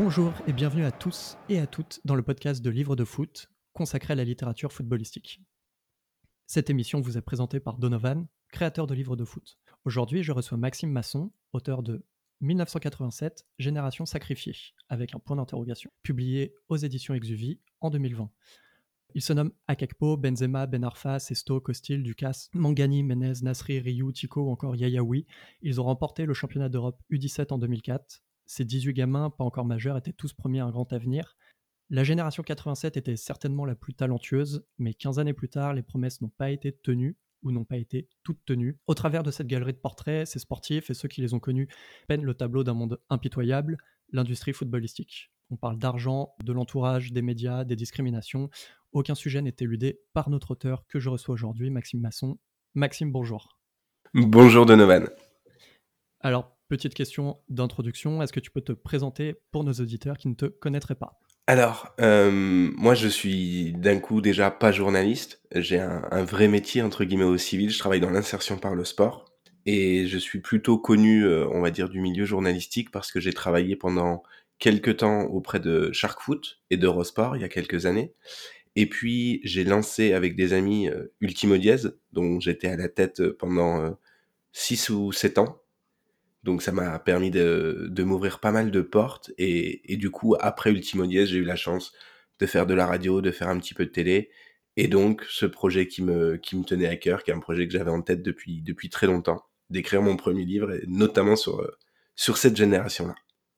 Bonjour et bienvenue à tous et à toutes dans le podcast de Livres de foot consacré à la littérature footballistique. Cette émission vous est présentée par Donovan, créateur de livres de foot. Aujourd'hui, je reçois Maxime Masson, auteur de 1987, Génération sacrifiée, avec un point d'interrogation, publié aux éditions Exuvie en 2020. Il se nomme Akakpo, Benzema, Ben Arfa, Sesto, Costil, Ducasse, Mangani, Menez, Nasri, Ryu, Tico ou encore Yayaoui. Ils ont remporté le championnat d'Europe U17 en 2004. Ces 18 gamins, pas encore majeurs, étaient tous promis à un grand avenir. La génération 87 était certainement la plus talentueuse, mais 15 années plus tard, les promesses n'ont pas été tenues ou n'ont pas été toutes tenues. Au travers de cette galerie de portraits, ces sportifs et ceux qui les ont connus peignent le tableau d'un monde impitoyable, l'industrie footballistique. On parle d'argent, de l'entourage, des médias, des discriminations. Aucun sujet n'est éludé par notre auteur que je reçois aujourd'hui, Maxime Masson. Maxime, bonjour. Bonjour Donovan. Alors, petite question d'introduction, est-ce que tu peux te présenter pour nos auditeurs qui ne te connaîtraient pas ? Alors, moi je suis d'un coup déjà pas journaliste, j'ai un vrai métier entre guillemets au civil, je travaille dans l'insertion par le sport et je suis plutôt connu, on va dire du milieu journalistique parce que j'ai travaillé pendant quelques temps auprès de Shark Foot et d'Eurosport il y a quelques années et puis j'ai lancé avec des amis, Ultimo Dièse dont j'étais à la tête, pendant, 6 ou 7 ans. Donc ça m'a permis de m'ouvrir pas mal de portes et du coup après Ultimo Dièse, j'ai eu la chance de faire de la radio, de faire un petit peu de télé et donc ce projet qui me tenait à cœur, qui est un projet que j'avais en tête depuis très longtemps, d'écrire mon premier livre et notamment sur cette génération-là.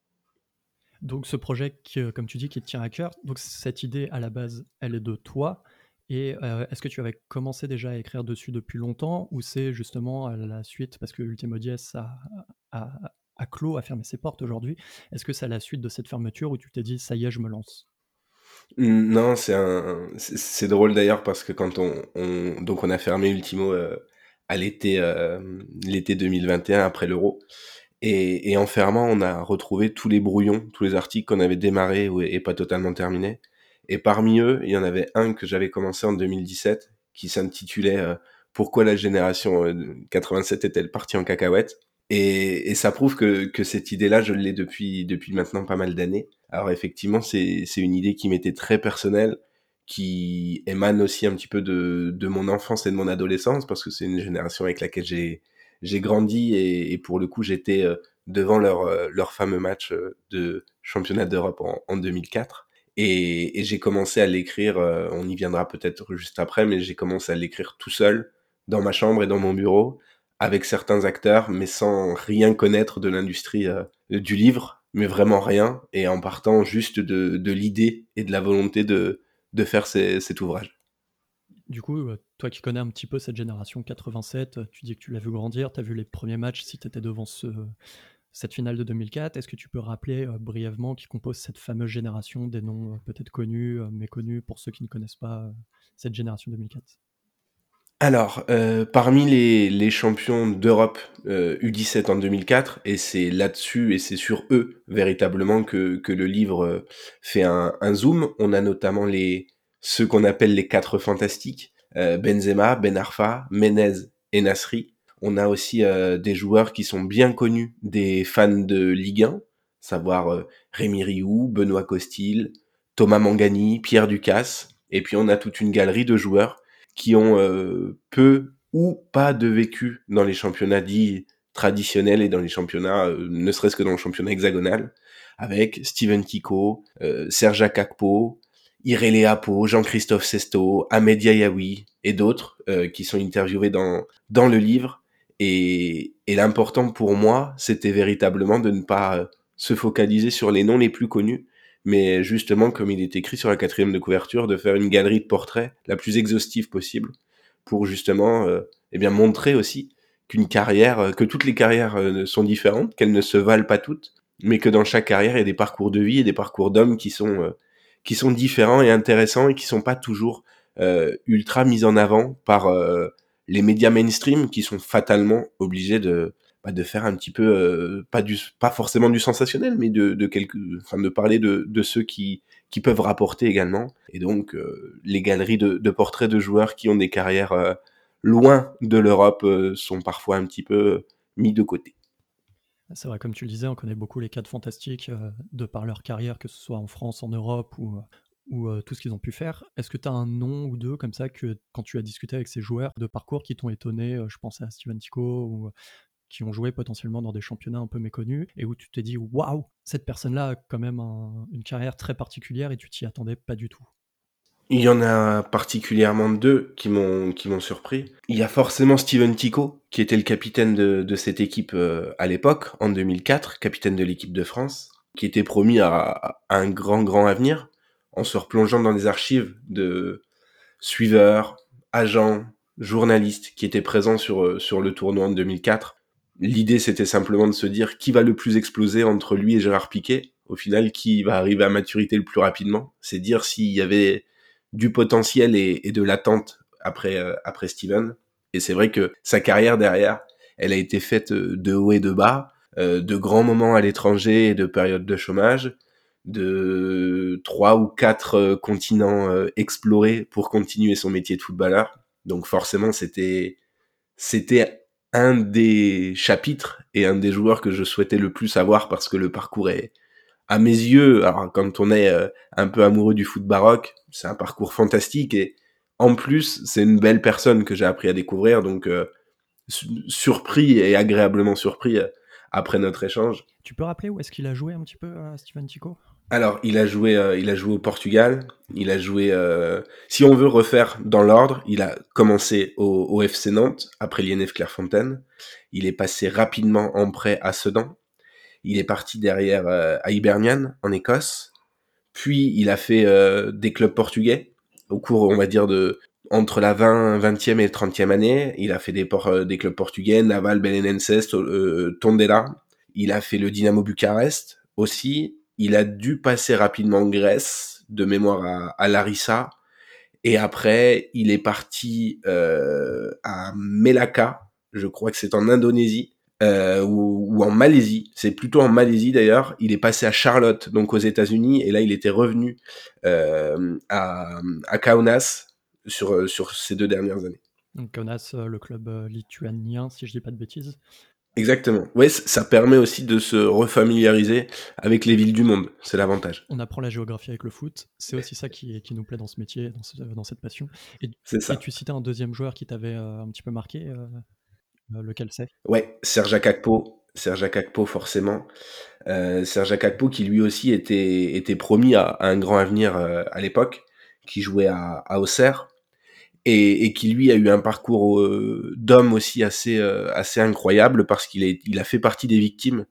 Donc ce projet, comme tu dis, qui te tient à cœur, donc cette idée à la base, elle est de toi. Et est-ce que tu avais commencé déjà à écrire dessus depuis longtemps ou c'est justement à la suite, parce que Ultimo Dies a, a clos, a fermé ses portes aujourd'hui, est-ce que c'est à la suite de cette fermeture où tu t'es dit ça y est, je me lance ? Non, c'est drôle d'ailleurs parce que quand donc on a fermé Ultimo à l'été 2021 après l'Euro. Et en fermant, on a retrouvé tous les brouillons, tous les articles qu'on avait démarrés et pas totalement terminés. Et parmi eux, il y en avait un que j'avais commencé en 2017, qui s'intitulait Pourquoi la génération 87 est-elle partie en cacahuète. Et ça prouve que cette idée-là, je l'ai depuis maintenant pas mal d'années. Alors effectivement, c'est une idée qui m'était très personnelle, qui émane aussi un petit peu de mon enfance et de mon adolescence, parce que c'est une génération avec laquelle j'ai grandi et pour le coup j'étais devant leur fameux match de championnat d'Europe en 2004 et j'ai commencé à l'écrire, on y viendra peut-être juste après, mais j'ai commencé à l'écrire tout seul dans ma chambre et dans mon bureau avec certains acteurs mais sans rien connaître de l'industrie du livre, mais vraiment rien, et en partant juste de l'idée et de la volonté de faire cet ouvrage. Du coup, toi qui connais un petit peu cette génération 87, tu dis que tu l'as vu grandir, tu as vu les premiers matchs si tu étais devant cette finale de 2004. Est-ce que tu peux rappeler brièvement qui compose cette fameuse génération, des noms peut-être connus, méconnus pour ceux qui ne connaissent pas cette génération 2004 ? Alors, parmi les champions d'Europe U17 en 2004, et c'est là-dessus et c'est sur eux véritablement que le livre fait un zoom, on a notamment ceux qu'on appelle les quatre fantastiques, Benzema, Ben Arfa, Menez et Nasri. On a aussi des joueurs qui sont bien connus des fans de Ligue 1, savoir Rémi Rioux, Benoît Costil, Thomas Mangani, Pierre Ducasse, et puis on a toute une galerie de joueurs qui ont peu ou pas de vécu dans les championnats dits traditionnels et dans les championnats, ne serait-ce que dans le championnat hexagonal, avec Steven Kiko, Serge Akakpo, Irele Apo, Jean-Christophe Sesto, Ahmed Yayaoui et d'autres qui sont interviewés dans le livre. Et l'important pour moi, c'était véritablement de ne pas se focaliser sur les noms les plus connus, mais justement, comme il est écrit sur la 4e de couverture, de faire une galerie de portraits la plus exhaustive possible pour justement eh bien montrer aussi qu'une carrière, que toutes les carrières sont différentes, qu'elles ne se valent pas toutes, mais que dans chaque carrière, il y a des parcours de vie et des parcours d'hommes qui sont différents et intéressants et qui sont pas toujours ultra mis en avant par les médias mainstream qui sont fatalement obligés de faire un petit peu pas forcément du sensationnel, mais de parler de ceux qui peuvent rapporter également. Et donc les galeries de portraits de joueurs qui ont des carrières loin de l'Europe sont parfois un petit peu mis de côté. C'est vrai, comme tu le disais, on connaît beaucoup les cadres fantastiques de par leur carrière, que ce soit en France, en Europe ou tout ce qu'ils ont pu faire. Est-ce que tu as un nom ou deux comme ça que quand tu as discuté avec ces joueurs de parcours qui t'ont étonné, je pense à Steven Tico, ou qui ont joué potentiellement dans des championnats un peu méconnus, et où tu t'es dit waouh, cette personne-là a quand même une carrière très particulière et tu t'y attendais pas du tout. Il y en a particulièrement deux qui m'ont surpris. Il y a forcément Steven Tico, qui était le capitaine de cette équipe à l'époque, en 2004, capitaine de l'équipe de France, qui était promis à un grand avenir, en se replongeant dans les archives de suiveurs, agents, journalistes qui étaient présents sur le tournoi en 2004. L'idée, c'était simplement de se dire qui va le plus exploser entre lui et Gérard Piquet. Au final, qui va arriver à maturité le plus rapidement. C'est dire s'il y avait du potentiel et de l'attente après Steven. Et c'est vrai que sa carrière derrière, elle a été faite de haut et de bas, de grands moments à l'étranger et de périodes de chômage, de 3 ou 4 continents explorés pour continuer son métier de footballeur. Donc forcément, c'était un des chapitres et un des joueurs que je souhaitais le plus avoir parce que le parcours est, à mes yeux, alors quand on est un peu amoureux du foot baroque, c'est un parcours fantastique et en plus, c'est une belle personne que j'ai appris à découvrir, donc surpris et agréablement surpris après notre échange. Tu peux rappeler où est-ce qu'il a joué un petit peu, Steven Tico? Alors, il a joué au Portugal. Il a joué. Si on veut refaire dans l'ordre, il a commencé au FC Nantes après l'INF Clairefontaine. Il est passé rapidement en prêt à Sedan. Il est parti derrière à Hibernian en Écosse. Puis il a fait des clubs portugais au cours, on va dire de entre la 20e et 30e année. Il a fait des clubs portugais, Naval, Belenenses, Tondela. Il a fait le Dynamo Bucarest aussi. Il a dû passer rapidement en Grèce, de mémoire à Larissa. Et après, il est parti à Melaka, je crois que c'est en Indonésie, ou en Malaisie. C'est plutôt en Malaisie d'ailleurs. Il est passé à Charlotte, donc aux États-Unis, et là il était revenu à Kaunas sur ces 2 dernières années. Donc Kaunas, le club lituanien, si je dis pas de bêtises. Exactement. Ouais, ça permet aussi de se refamiliariser avec les villes du monde. C'est l'avantage. On apprend la géographie avec le foot. C'est aussi ça qui nous plaît dans ce métier, dans cette passion. Et, C'est et ça. tu citais un deuxième joueur qui t'avait un petit peu marqué, lequel c'est? Ouais, Serge Akakpo. Serge Akakpo, forcément. Serge Akakpo qui lui aussi était promis à un grand avenir à l'époque, qui jouait à Auxerre et qui lui a eu un parcours d'homme aussi assez incroyable parce il a fait partie des victimes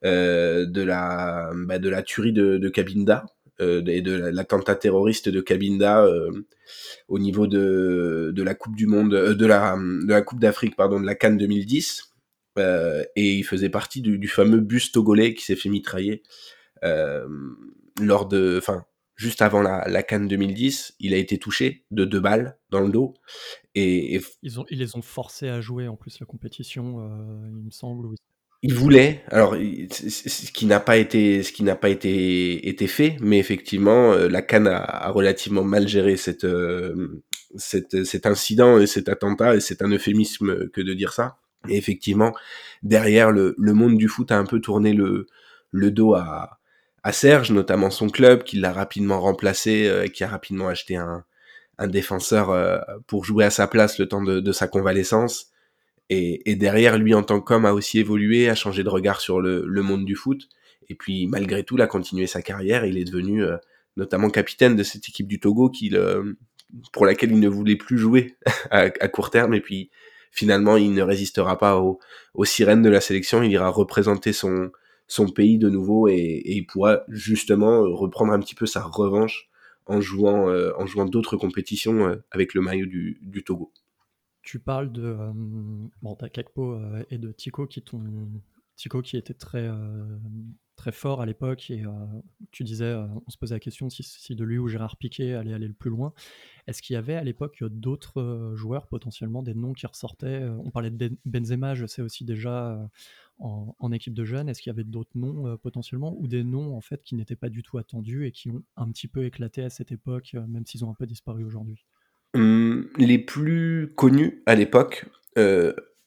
de la tuerie de Cabinda et de l'attentat terroriste de Cabinda au niveau de la Coupe du Monde de la Coupe d'Afrique pardon de la CAN 2010 et il faisait partie du fameux bus togolais qui s'est fait mitrailler euh, juste avant la CAN 2010. Il a été touché de 2 balles dans le dos et Ils les ont forcés à jouer en plus la compétition, il me semble. il voulait, alors ce qui n'a pas été fait, mais effectivement la CAN a relativement mal géré cet incident et cet attentat, et c'est un euphémisme que de dire ça. Et effectivement, derrière le monde du foot a un peu tourné le dos à Serge, notamment son club, qui l'a rapidement remplacé, qui a rapidement acheté un défenseur pour jouer à sa place le temps de sa convalescence. Et derrière, lui, en tant qu'homme, a aussi évolué, a changé de regard sur le monde du foot. Et puis, malgré tout, il a continué sa carrière. Il est devenu notamment capitaine de cette équipe du Togo pour laquelle il ne voulait plus jouer à court terme. Et puis, finalement, il ne résistera pas aux sirènes de la sélection. Il ira représenter son pays de nouveau et il pourra justement reprendre un petit peu sa revanche en jouant d'autres compétitions avec le maillot du Togo. Tu parles de bon, t'as Kakpo et de Tico qui était très fort à l'époque et tu disais, on se posait la question si de lui ou Gérard Piquet allait aller le plus loin. Est-ce qu'il y avait à l'époque d'autres joueurs potentiellement, des noms qui ressortaient On parlait de Benzema, je sais aussi déjà en équipe de jeunes. Est-ce qu'il y avait d'autres noms potentiellement ou des noms en fait qui n'étaient pas du tout attendus et qui ont un petit peu éclaté à cette époque, même s'ils ont un peu disparu aujourd'hui? Les plus connus à l'époque, euh,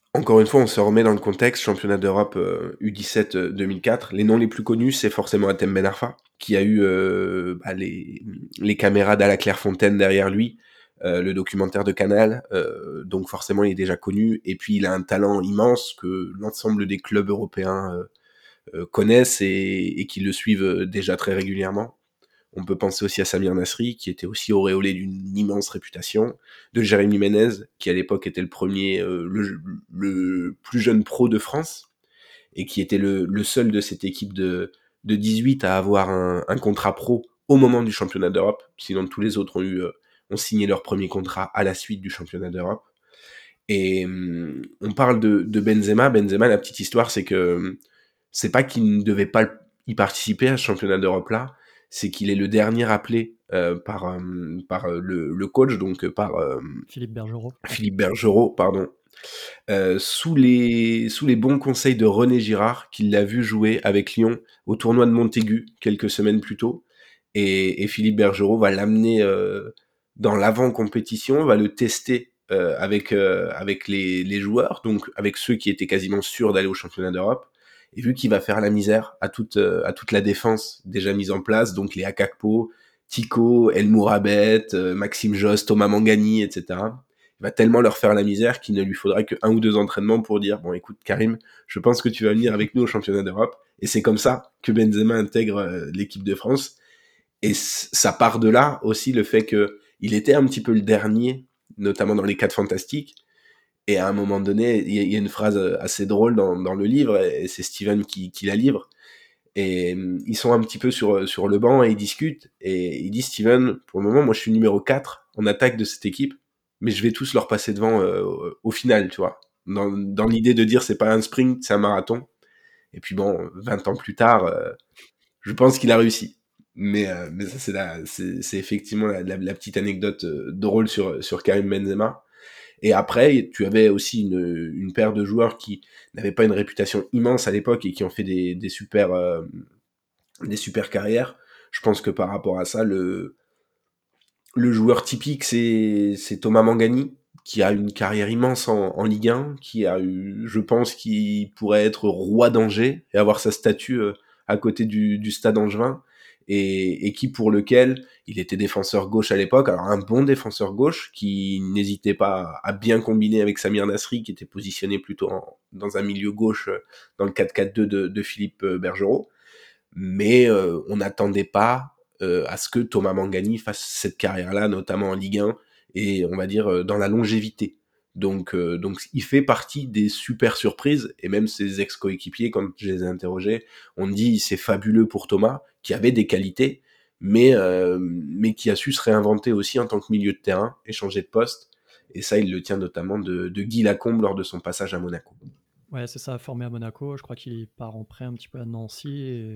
Encore une fois, on se remet dans le contexte, championnat d'Europe U17 2004. Les noms les plus connus, c'est forcément Hatem Ben Arfa, qui a eu les caméras d'Ala Clairefontaine derrière lui, le documentaire de Canal, donc forcément il est déjà connu, et puis il a un talent immense que l'ensemble des clubs européens connaissent et qui le suivent déjà très régulièrement. On peut penser aussi à Samir Nasri, qui était aussi auréolé d'une immense réputation, de Jérémy Ménez, qui à l'époque était le premier, le plus jeune pro de France, et qui était le seul de cette équipe de 18 à avoir un contrat pro au moment du championnat d'Europe. Sinon, tous les autres ont signé leur premier contrat à la suite du championnat d'Europe. Et on parle de Benzema. Benzema, la petite histoire, c'est que c'est pas qu'il ne devait pas y participer à ce championnat d'Europe-là, c'est qu'il est le dernier appelé par le coach, donc par Philippe Bergerot. Philippe Bergerot, pardon, sous les bons conseils de René Girard, qui l'a vu jouer avec Lyon au tournoi de Montaigu quelques semaines plus tôt. Et Philippe Bergerot va l'amener dans l'avant-compétition, va le tester avec les joueurs, donc avec ceux qui étaient quasiment sûrs d'aller au championnat d'Europe. Et vu qu'il va faire la misère à toute la défense déjà mise en place, donc les Akakpo, Tico, El Mourabet, Maxime Jost, Thomas Mangani, etc., il va tellement leur faire la misère qu'il ne lui faudra que 1 ou 2 entraînements pour dire bon écoute Karim, je pense que tu vas venir avec nous au championnat d'Europe. Et c'est comme ça que Benzema intègre l'équipe de France. Et ça part de là aussi le fait que il était un petit peu le dernier, notamment dans les 4 fantastiques. Et à un moment donné, il y a une phrase assez drôle dans le livre, et c'est Steven qui la livre. Et ils sont un petit peu sur le banc et ils discutent. Et il dit Steven, pour le moment, moi je suis numéro 4 en attaque de cette équipe, mais je vais tous leur passer devant au final, tu vois. Dans l'idée de dire c'est pas un sprint, c'est un marathon. Et puis bon, 20 ans plus tard, je pense qu'il a réussi. Mais ça, c'est effectivement la petite anecdote drôle sur Karim Benzema. Et après, tu avais aussi une paire de joueurs qui n'avaient pas une réputation immense à l'époque et qui ont fait des super carrières. Je pense que par rapport à ça, le joueur typique, c'est Thomas Mangani, qui a une carrière immense en Ligue 1, qui a eu, je pense, qui pourrait être roi d'Angers et avoir sa statue à côté du stade angevin, et qui pour lequel il était défenseur gauche à l'époque, alors un bon défenseur gauche qui n'hésitait pas à bien combiner avec Samir Nasri, qui était positionné plutôt dans un milieu gauche dans le 4-4-2 de Philippe Bergerot, mais on n'attendait pas à ce que Thomas Mangani fasse cette carrière-là, notamment en Ligue 1, et on va dire dans la longévité. Donc il fait partie des super surprises, et même ses ex-coéquipiers, quand je les ai interrogés, on dit c'est fabuleux pour Thomas, qui avait des qualités, mais qui a su se réinventer aussi en tant que milieu de terrain, et changer de poste, et ça il le tient notamment de Guy Lacombe lors de son passage à Monaco. Ouais, c'est ça, formé à Monaco. Je crois qu'il part en prêt un petit peu à Nancy. Et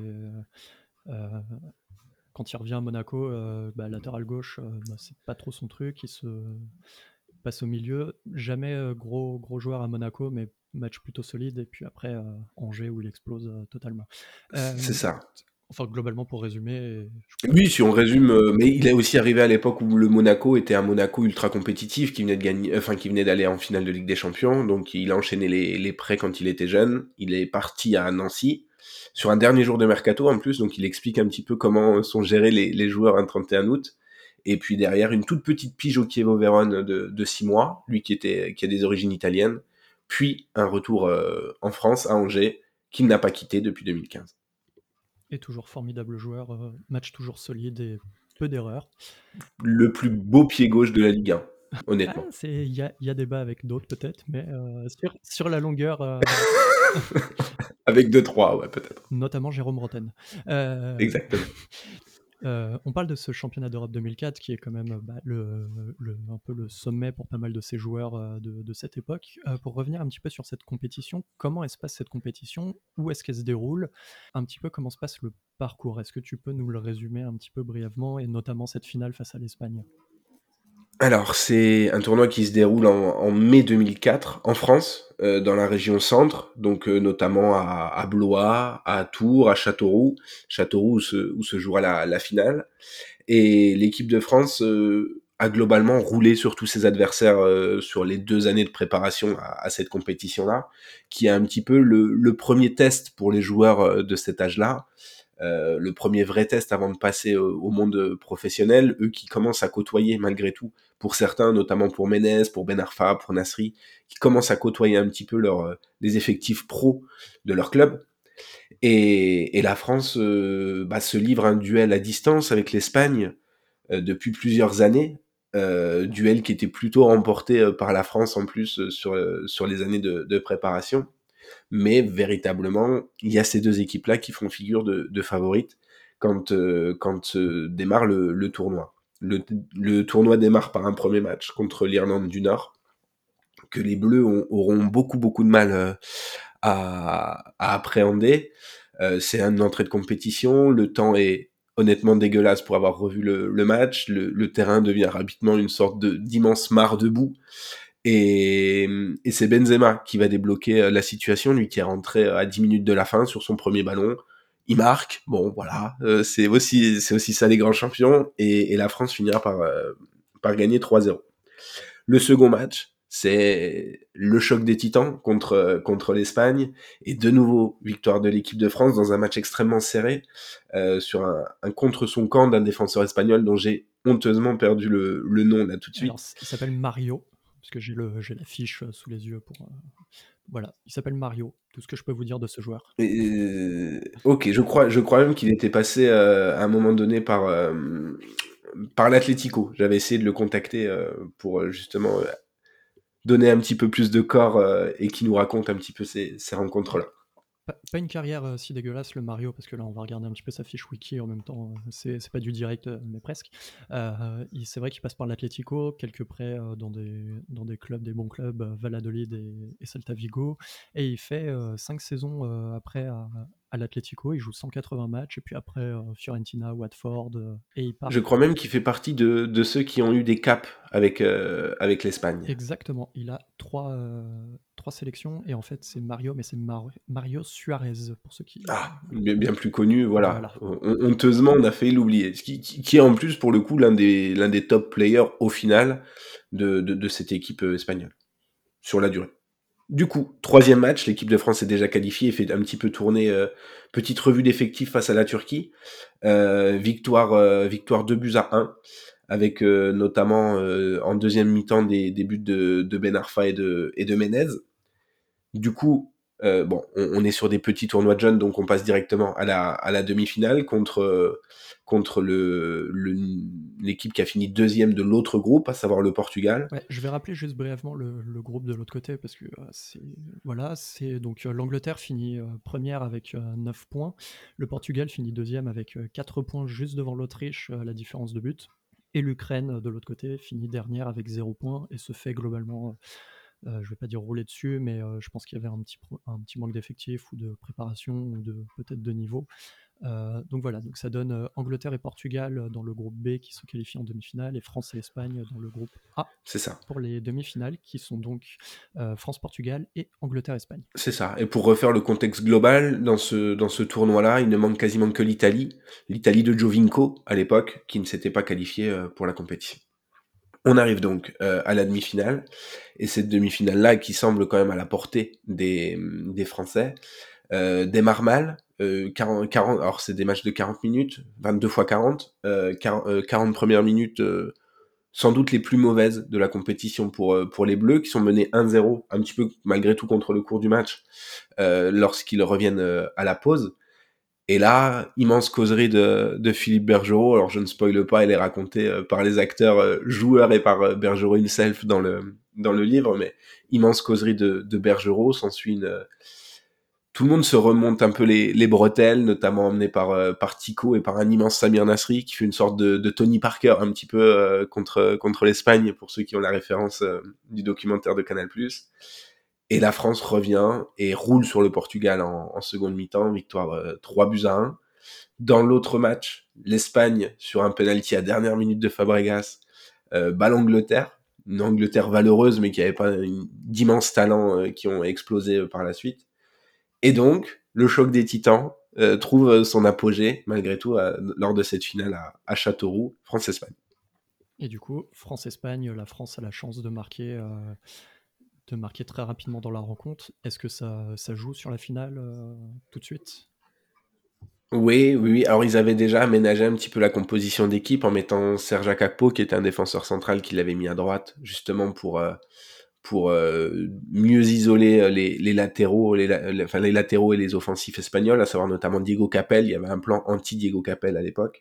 quand il revient à Monaco, latéral gauche, c'est pas trop son truc. Il se passe au milieu. Jamais gros joueur à Monaco, mais match plutôt solide. Et puis après, Angers où il explose totalement. C'est ça. Enfin, globalement, pour résumer, je pense Oui, si on résume, mais il est aussi arrivé à l'époque où le Monaco était un Monaco ultra compétitif, qui venait de gagner, enfin qui venait d'aller en finale de Ligue des Champions, donc il a enchaîné les prêts quand il était jeune. Il est parti à Nancy sur un dernier jour de mercato en plus, donc il explique un petit peu comment sont gérés les joueurs un 31 août. Et puis derrière, une toute petite pige au Chievo Vérone de 6 mois, lui qui a des origines italiennes, puis un retour en France à Angers qu'il n'a pas quitté depuis 2015. est toujours formidable joueur, match toujours solide et peu d'erreurs. Le plus beau pied gauche de la Ligue 1, Ah, honnêtement. il y a débat avec d'autres peut-être, mais sur la longueur, Avec 2-3, ouais, peut-être. notamment Jérôme Rotten. Euh, Exactement. on parle de ce championnat d'Europe 2004 qui est quand même un peu le sommet pour pas mal de ces joueurs de cette époque. Pour revenir un petit peu sur cette compétition, comment se passe cette compétition? Où est-ce qu'elle se déroule? Un petit peu comment se passe le parcours? Est-ce que tu peux nous le résumer un petit peu brièvement, et notamment cette finale face à l'Espagne? Alors, c'est un tournoi qui se déroule en mai 2004 en France, dans la région centre, donc notamment à Blois, à Tours, à Châteauroux où se jouera la finale. Et l'équipe de France a globalement roulé sur tous ses adversaires sur les 2 années de préparation à cette compétition-là, qui est un petit peu le premier test pour les joueurs de cet âge-là, le premier vrai test avant de passer au monde professionnel, eux qui commencent à côtoyer malgré tout, pour certains, notamment pour Menez, pour Ben Arfa, pour Nasri, qui commencent à côtoyer un petit peu les effectifs pros de leur club. Et la France se livre un duel à distance avec l'Espagne depuis plusieurs années, duel qui était plutôt remporté par la France en plus sur les années de préparation. Mais véritablement, il y a ces deux équipes-là qui font figure de favorites quand démarre le tournoi. Le tournoi démarre par un premier match contre l'Irlande du Nord, que les Bleus auront beaucoup de mal à appréhender. C'est une entrée de compétition, le temps est honnêtement dégueulasse pour avoir revu le match, le terrain devient rapidement une sorte d'immense mare de boue, et c'est Benzema qui va débloquer la situation, lui qui est rentré à 10 minutes de la fin sur son premier ballon. Il marque, bon voilà, c'est aussi ça les grands champions, et la France finira par gagner 3-0. Le second match, c'est le choc des titans contre l'Espagne, et de nouveau victoire de l'équipe de France dans un match extrêmement serré, sur un contre son camp d'un défenseur espagnol dont j'ai honteusement perdu le nom là tout de Alors, suite. il s'appelle Mario, parce que j'ai la fiche sous les yeux pour. Voilà, il s'appelle Mario. Tout ce que je peux vous dire de ce joueur. Ok, je crois même qu'il était passé à un moment donné par l'Atlético. J'avais essayé de le contacter pour justement donner un petit peu plus de corps et qu'il nous raconte un petit peu ces rencontres-là. Pas une carrière si dégueulasse, le Mario, parce que là, on va regarder un petit peu sa fiche wiki en même temps. C'est pas du direct, mais presque. C'est vrai qu'il passe par l'Atlético, quelques prêts dans des clubs, des bons clubs, Valladolid et Celta Vigo. Et il fait 5 saisons après à l'Atlético. Il joue 180 matchs, et puis après Fiorentina, Watford, et il part. Je crois même qu'il fait partie de ceux qui ont eu des caps avec l'Espagne. Exactement, il a trois sélections, et en fait c'est Mario, mais c'est Mario Suarez, pour ceux qui... Ah, bien plus connu, voilà. Voilà. Honteusement, on a failli l'oublier. Qui est en plus, pour le coup, l'un des top players au final de cette équipe espagnole, sur la durée. Du coup, troisième match, l'équipe de France est déjà qualifiée et fait un petit peu tourner, petite revue d'effectifs face à la Turquie. Victoire 2-1, avec notamment en deuxième mi-temps des buts de Ben Arfa et de Menez. Du coup, on est sur des petits tournois de jeunes, donc on passe directement à la demi-finale contre l'équipe qui a fini deuxième de l'autre groupe, à savoir le Portugal. Ouais, je vais rappeler juste brièvement le groupe de l'autre côté, parce que voilà, c'est donc l'Angleterre finit première avec 9 points, le Portugal finit deuxième avec 4 points juste devant l'Autriche, la différence de but, et l'Ukraine de l'autre côté finit dernière avec 0 points et se fait globalement, je vais pas dire rouler dessus, mais je pense qu'il y avait un petit manque d'effectifs ou de préparation ou peut-être de niveau. Donc voilà, donc ça donne Angleterre et Portugal dans le groupe B qui se qualifient en demi-finale, et France et Espagne dans le groupe A C'est ça. pour les demi-finales, qui sont donc France-Portugal et Angleterre-Espagne. C'est ça. Et pour refaire le contexte global, dans ce tournoi-là, il ne manque quasiment que l'Italie. L'Italie de Giovinco, à l'époque, qui ne s'était pas qualifiée pour la compétition. On arrive donc à la demi-finale, et cette demi-finale-là, qui semble quand même à la portée des Français, démarre mal. 40, alors c'est des matchs de 40 minutes, 22 fois 40, 40 premières minutes, sans doute les plus mauvaises de la compétition pour les Bleus, qui sont menés 1-0, un petit peu malgré tout contre le cours du match, lorsqu'ils reviennent à la pause. Et là, immense causerie de Philippe Bergerot. Alors je ne spoile pas, elle est racontée par les acteurs joueurs et par Bergerot himself dans le livre, mais immense causerie de Bergerot. S'ensuit tout le monde se remonte un peu les bretelles, notamment emmené par Tico et par un immense Samir Nasri, qui fait une sorte de Tony Parker un petit peu contre l'Espagne, pour ceux qui ont la référence du documentaire de Canal+. Et la France revient et roule sur le Portugal en seconde mi-temps, victoire 3-1. Dans l'autre match, l'Espagne, sur un penalty à dernière minute de Fabregas, bat l'Angleterre. Une Angleterre valeureuse, mais qui n'avait pas d'immenses talents qui ont explosé par la suite. Et donc, le choc des titans trouve son apogée, malgré tout, lors de cette finale à Châteauroux, France-Espagne. Et du coup, France-Espagne, la France a la chance de marquer très rapidement dans la rencontre. Est-ce que ça joue sur la finale tout de suite? Oui, oui, oui. Alors ils avaient déjà aménagé un petit peu la composition d'équipe en mettant Serge Akakpo, qui était un défenseur central, qu'il avait mis à droite, justement pour mieux isoler les latéraux, enfin les latéraux et les offensifs espagnols, à savoir notamment Diego Capel. Il y avait un plan anti-Diego Capel à l'époque.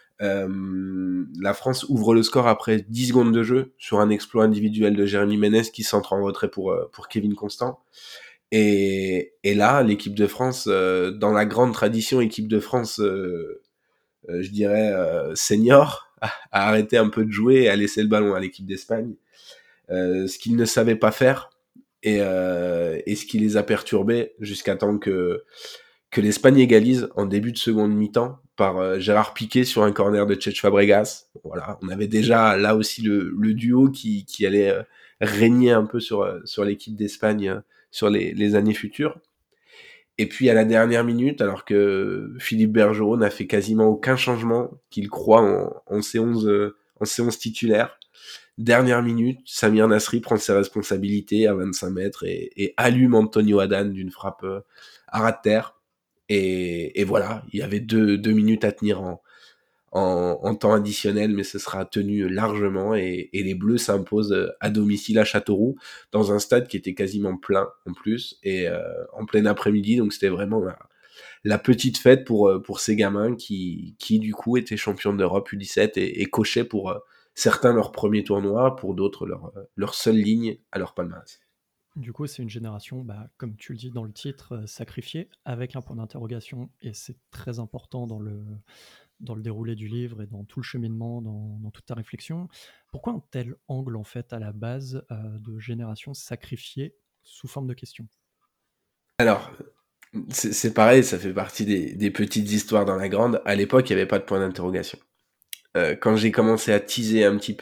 La France ouvre le score après 10 secondes de jeu sur un exploit individuel de Jérémy Ménez qui centre en retrait pour Kevin Constant. Et là, l'équipe de France, dans la grande tradition équipe de France, je dirais senior, a arrêté un peu de jouer et a laissé le ballon à l'équipe d'Espagne. Ce qu'ils ne savaient pas faire et ce qui les a perturbés jusqu'à temps que l'Espagne égalise en début de seconde mi-temps par Gérard Piqué sur un corner de Tchèche Fabregas. Voilà, on avait déjà là aussi le duo qui allait régner un peu sur l'équipe d'Espagne sur les années futures. Et puis à la dernière minute, alors que Philippe Bergeron n'a fait quasiment aucun changement qu'il croit en C11 titulaire, dernière minute, Samir Nasri prend ses responsabilités à 25 mètres et allume Antonio Adan d'une frappe à ras de terre. Et voilà, il y avait deux minutes à tenir en temps additionnel, mais ce sera tenu largement et les Bleus s'imposent à domicile à Châteauroux, dans un stade qui était quasiment plein en plus, et en plein après-midi, donc c'était vraiment la petite fête pour ces gamins qui du coup étaient champions d'Europe U17 et cochaient pour certains leur premier tournoi, pour d'autres leur seule ligne à leur palmarès. Du coup, c'est une génération, comme tu le dis dans le titre, sacrifiée, avec un point d'interrogation, et c'est très important dans le déroulé du livre et dans tout le cheminement, dans toute ta réflexion. Pourquoi un tel angle, en fait, à la base de génération sacrifiée sous forme de question? Alors, c'est pareil, ça fait partie des petites histoires dans la grande. À l'époque, il n'y avait pas de point d'interrogation. Quand j'ai commencé à teaser un petit peu,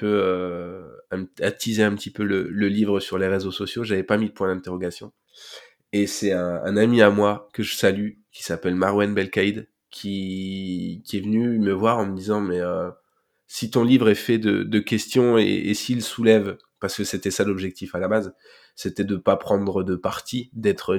le livre sur les réseaux sociaux, j'avais pas mis de point d'interrogation. Et c'est un ami à moi que je salue, qui s'appelle Marwan Belkaïd, qui est venu me voir en me disant mais si ton livre est fait de questions et s'il soulève, parce que c'était ça l'objectif à la base, c'était de pas prendre de parti, d'être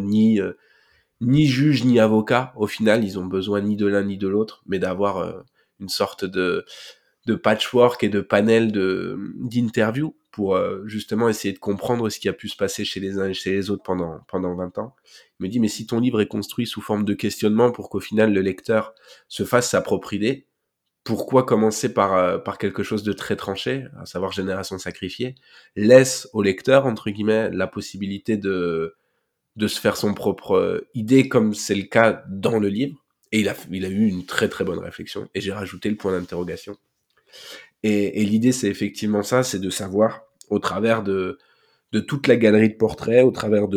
ni juge ni avocat. Au final, ils ont besoin ni de l'un ni de l'autre, mais d'avoir une sorte de patchwork et de panel d'interviews pour justement essayer de comprendre ce qui a pu se passer chez les uns et chez les autres pendant 20 ans. Il me dit, mais si ton livre est construit sous forme de questionnement pour qu'au final le lecteur se fasse sa propre idée, pourquoi commencer par quelque chose de très tranché, à savoir Génération sacrifiée, laisse au lecteur, entre guillemets, la possibilité de se faire son propre idée, comme c'est le cas dans le livre. Et il a eu une très très bonne réflexion, et j'ai rajouté le point d'interrogation. Et l'idée, c'est effectivement ça, c'est de savoir, au travers de toute la galerie de portraits, au travers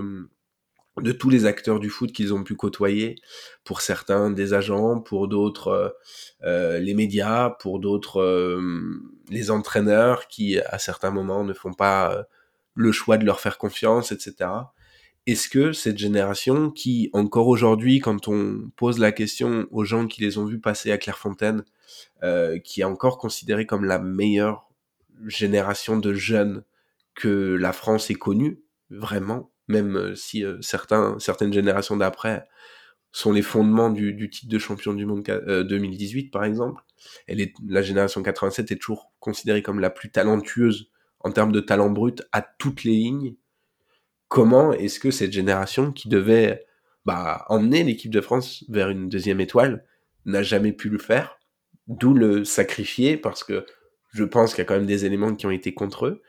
de tous les acteurs du foot qu'ils ont pu côtoyer, pour certains des agents, pour d'autres les médias, pour d'autres les entraîneurs qui, à certains moments, ne font pas le choix de leur faire confiance, etc. Est-ce que cette génération qui, encore aujourd'hui, quand on pose la question aux gens qui les ont vus passer à Clairefontaine, qui est encore considérée comme la meilleure génération de jeunes que la France ait connue, vraiment, même si certaines générations d'après sont les fondements du titre de champion du monde 2018, par exemple. La génération 87 est toujours considérée comme la plus talentueuse en termes de talent brut à toutes les lignes. Comment est-ce que cette génération qui devait emmener l'équipe de France vers une deuxième étoile n'a jamais pu le faire? D'où le sacrifier, parce que je pense qu'il y a quand même des éléments qui ont été contre eux,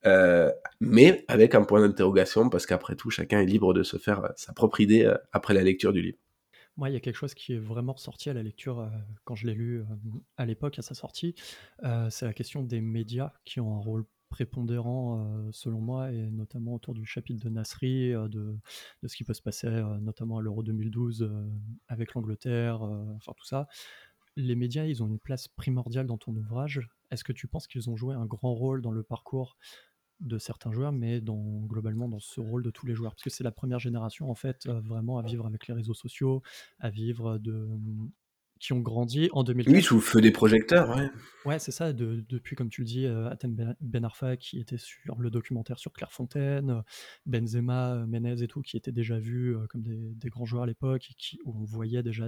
mais avec un point d'interrogation, parce qu'après tout, chacun est libre de se faire sa propre idée après la lecture du livre. Moi, il y a quelque chose qui est vraiment ressorti à la lecture quand je l'ai lu à l'époque, à sa sortie. C'est la question des médias qui ont un rôle prépondérant, selon moi, et notamment autour du chapitre de Nasri, de ce qui peut se passer notamment à l'Euro 2012 avec l'Angleterre, enfin tout ça. Les médias, ils ont une place primordiale dans ton ouvrage. Est-ce que tu penses qu'ils ont joué un grand rôle dans le parcours de certains joueurs, mais globalement dans ce rôle de tous les joueurs? Parce que c'est la première génération, en fait, vraiment à vivre avec les réseaux sociaux, à vivre qui ont grandi en Oui, 2004. sous le feu des projecteurs, ouais. Ouais, c'est ça, depuis, comme tu le dis, Hatem Ben Arfa qui était sur le documentaire sur Clairefontaine, Benzema, Menez et tout, qui étaient déjà vus comme des grands joueurs à l'époque, et où on voyait déjà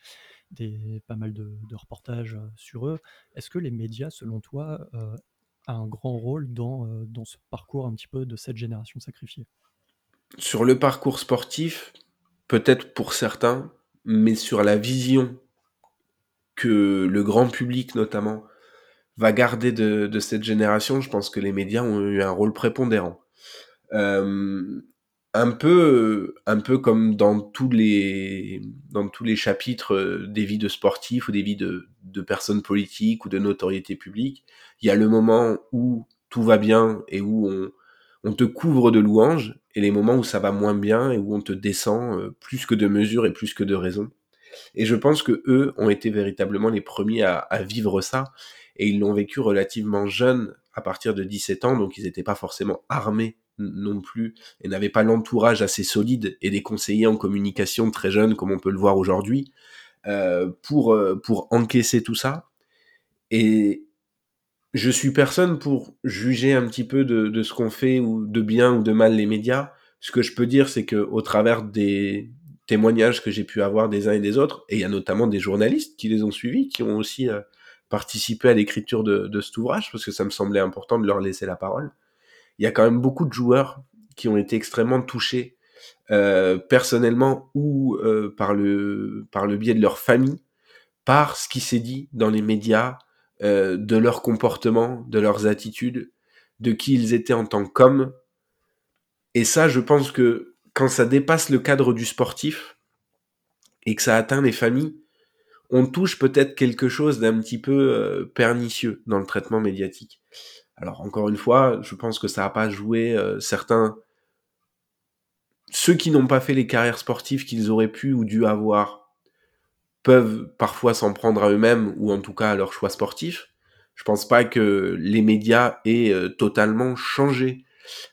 pas mal de reportages sur eux. Est-ce que les médias, selon toi, a un grand rôle dans ce parcours un petit peu de cette génération sacrifiée? Sur le parcours sportif, peut-être pour certains, mais sur la vision que le grand public notamment va garder de cette génération, je pense que les médias ont eu un rôle prépondérant. Euh, un peu comme dans tous les chapitres des vies de sportifs ou des vies de personnes politiques ou de notoriété publique, il y a le moment où tout va bien et où on te couvre de louanges, et les moments où ça va moins bien et où on te descend plus que de mesures et plus que de raisons. Et je pense que eux ont été véritablement les premiers à vivre ça, et ils l'ont vécu relativement jeunes, à partir de 17 ans, donc ils n'étaient pas forcément armés non plus, et n'avaient pas l'entourage assez solide et des conseillers en communication très jeunes, comme on peut le voir aujourd'hui, pour encaisser tout ça. Et je suis personne pour juger un petit peu de ce qu'on fait, ou de bien ou de mal les médias. Ce que je peux dire, c'est que au travers des témoignages que j'ai pu avoir des uns et des autres, et il y a notamment des journalistes qui les ont suivis, qui ont aussi participé à l'écriture de cet ouvrage, parce que ça me semblait important de leur laisser la parole. Il y a quand même beaucoup de joueurs qui ont été extrêmement touchés, personnellement ou par le biais de leur famille, par ce qui s'est dit dans les médias, de leur comportement, de leurs attitudes, de qui ils étaient en tant qu'hommes. Et ça, je pense que quand ça dépasse le cadre du sportif et que ça atteint les familles, on touche peut-être quelque chose d'un petit peu pernicieux dans le traitement médiatique. Alors encore une fois, je pense que ça n'a pas joué certains... Ceux qui n'ont pas fait les carrières sportives qu'ils auraient pu ou dû avoir peuvent parfois s'en prendre à eux-mêmes, ou en tout cas à leur choix sportif. Je pense pas que les médias aient totalement changé